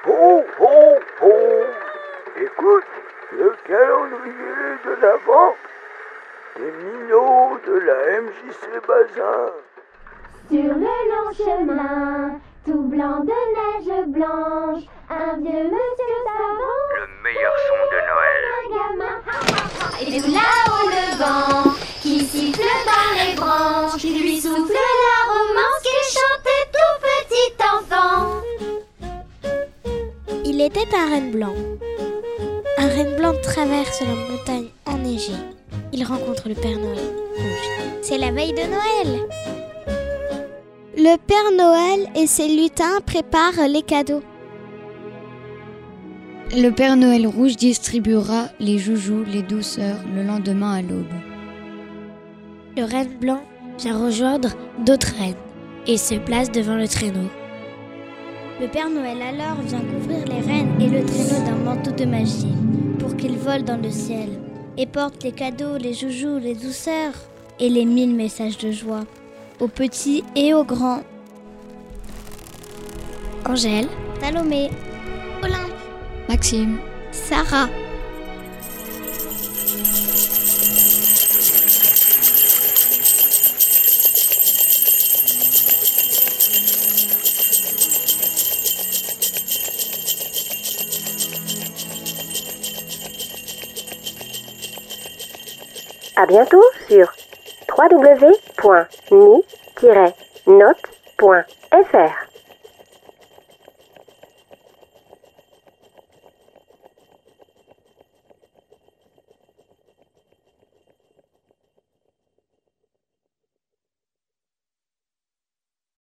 Ho, ho, ho. Écoute le calendrier de l'Avent des minots de la MJC Bazin. Sur le long chemin, tout blanc de neige blanche, un vieux monsieur savant, le meilleur son de Noël. un gamin. Et tout là-haut le vent, qui siffle dans les branches, qui lui souffle la romance qu'il chantait tout petit enfant. Il était un renne blanc. Un renne blanc traverse la montagne enneigée. Il rencontre le Père Noël rouge. C'est la veille de Noël. Le Père Noël et ses lutins préparent les cadeaux. Le Père Noël rouge distribuera les joujoux, les douceurs le lendemain à l'aube. Le renne blanc vient rejoindre d'autres rennes et se place devant le traîneau. Le Père Noël alors vient couvrir les rennes et le traîneau d'un manteau de magie pour qu'ils volent dans le ciel et portent les cadeaux, les joujoux, les douceurs et les 1000 messages de joie aux petits et aux grands. Angèle, Salomé, Olympe, Maxime, Sarah. À bientôt sur www.mi-note.fr.